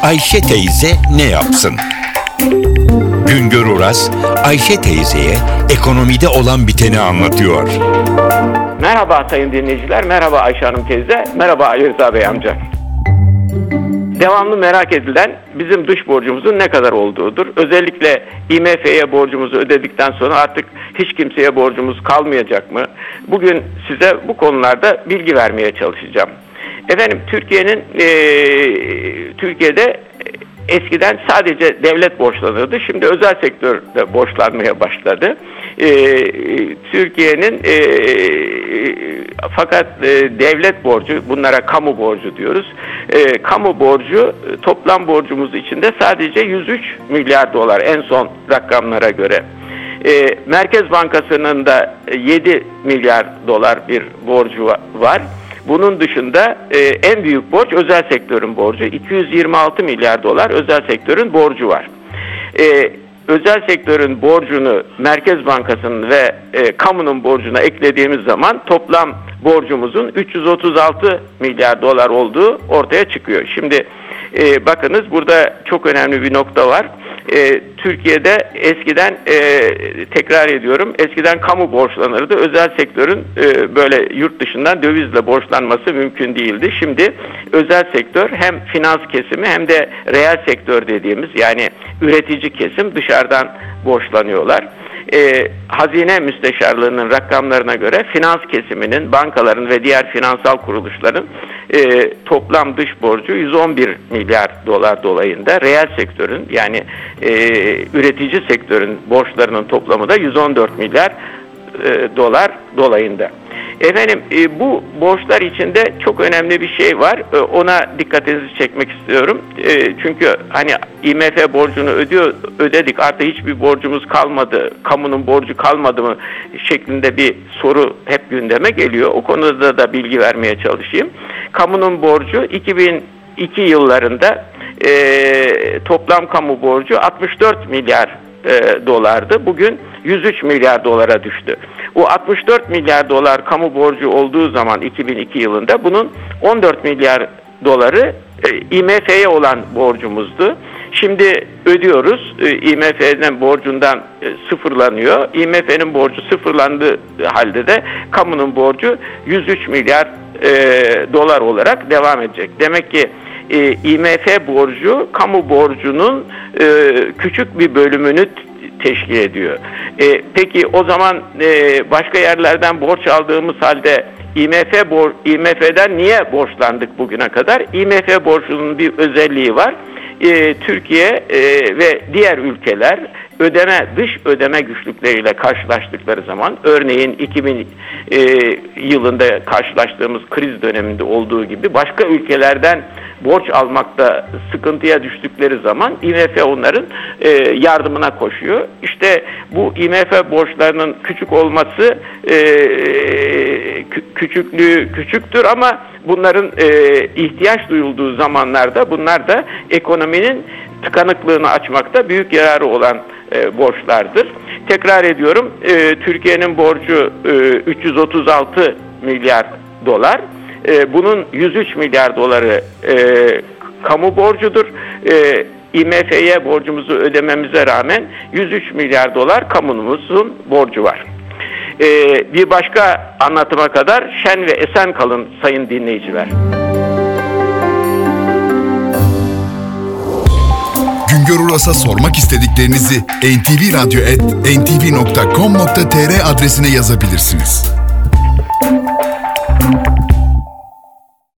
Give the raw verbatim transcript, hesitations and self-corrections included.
Ayşe teyze ne yapsın? Güngör Oras, Ayşe teyzeye ekonomide olan biteni anlatıyor. Merhaba sayın dinleyiciler, merhaba Ayşe Hanım teyze, merhaba Ali Rıza Bey amca. Devamlı merak edilen bizim dış borcumuzun ne kadar olduğudur. Özellikle I M F'ye borcumuzu ödedikten sonra artık hiç kimseye borcumuz kalmayacak mı? Bugün size bu konularda bilgi vermeye çalışacağım. Efendim Türkiye'nin e, Türkiye'de eskiden sadece devlet borçlanırdı. Şimdi özel sektör de borçlanmaya başladı. Ee, Türkiye'nin e, fakat e, devlet borcu, bunlara kamu borcu diyoruz. E, kamu borcu toplam borcumuz içinde sadece yüz üç milyar dolar en son rakamlara göre. E, Merkez Bankası'nın da yedi milyar dolar bir borcu var. Bunun dışında e, en büyük borç özel sektörün borcu. iki yüz yirmi altı milyar dolar özel sektörün borcu var. E, özel sektörün borcunu Merkez Bankası'nın ve e, kamunun borcuna eklediğimiz zaman toplam borcumuzun üç yüz otuz altı milyar dolar olduğu ortaya çıkıyor. Şimdi e, bakınız burada çok önemli bir nokta var. E, Türkiye'de eskiden e, tekrar ediyorum eskiden kamu borçlanırdı. Özel sektörün e, böyle yurt dışından dövizle borçlanması mümkün değildi. Şimdi özel sektör hem finans kesimi hem de reel sektör dediğimiz yani üretici kesim dışarıdan borçlanıyorlar. E, Hazine Müsteşarlığı'nın rakamlarına göre finans kesiminin, bankaların ve diğer finansal kuruluşların e, toplam dış borcu yüz on bir milyar dolar dolayında. Reel sektörün yani e, üretici sektörün borçlarının toplamı da yüz on dört milyar e, dolar dolayında. Efendim e, bu borçlar içinde çok önemli bir şey var. E, ona dikkatinizi çekmek istiyorum. E, çünkü hani I M F borcunu ödüyor, ödedik artık hiçbir borcumuz kalmadı, kamunun borcu kalmadı mı şeklinde bir soru hep gündeme geliyor. O konuda da bilgi vermeye çalışayım. Kamunun borcu iki bin iki yıllarında e, toplam kamu borcu altmış dört milyar e, dolardı. Bugün yüz üç milyar dolara düştü. O altmış dört milyar dolar kamu borcu olduğu zaman iki bin iki yılında bunun on dört milyar doları e, I M F'ye olan borcumuzdu. Şimdi ödüyoruz. E, I M F'nin borcundan e, sıfırlanıyor. I M F'nin borcu sıfırlandığı halde de kamunun borcu yüz üç milyar e, dolar olarak devam edecek. Demek ki e, I M F borcu kamu borcunun e, küçük bir bölümünü teşkil ediyor. E, peki o zaman e, başka yerlerden borç aldığımız halde I M F bor I M F'den niye borçlandık bugüne kadar? I M F borcunun bir özelliği var. E, Türkiye e, ve diğer ülkeler ödeme dış ödeme güçlükleriyle karşılaştıkları zaman örneğin iki bin e, yılında karşılaştığımız kriz döneminde olduğu gibi başka ülkelerden borç almakta sıkıntıya düştükleri zaman I M F onların e, yardımına koşuyor. İşte bu I M F borçlarının küçük olması e, kü- küçüklüğü küçüktür ama bunların e, ihtiyaç duyulduğu zamanlarda bunlar da ekonominin tıkanıklığını açmakta büyük yararı olan e, borçlardır. Tekrar ediyorum e, Türkiye'nin borcu e, üç yüz otuz altı milyar dolar. E, bunun yüz üç milyar doları e, kamu borcudur. E, I M F'ye borcumuzu ödememize rağmen yüz üç milyar dolar kamunumuzun borcu var. E, bir başka anlatıma kadar şen ve esen kalın sayın dinleyiciler. Güngör Oras'a sormak istediklerinizi en ti vi radyo et en ti vi nokta com nokta tr adresine yazabilirsiniz.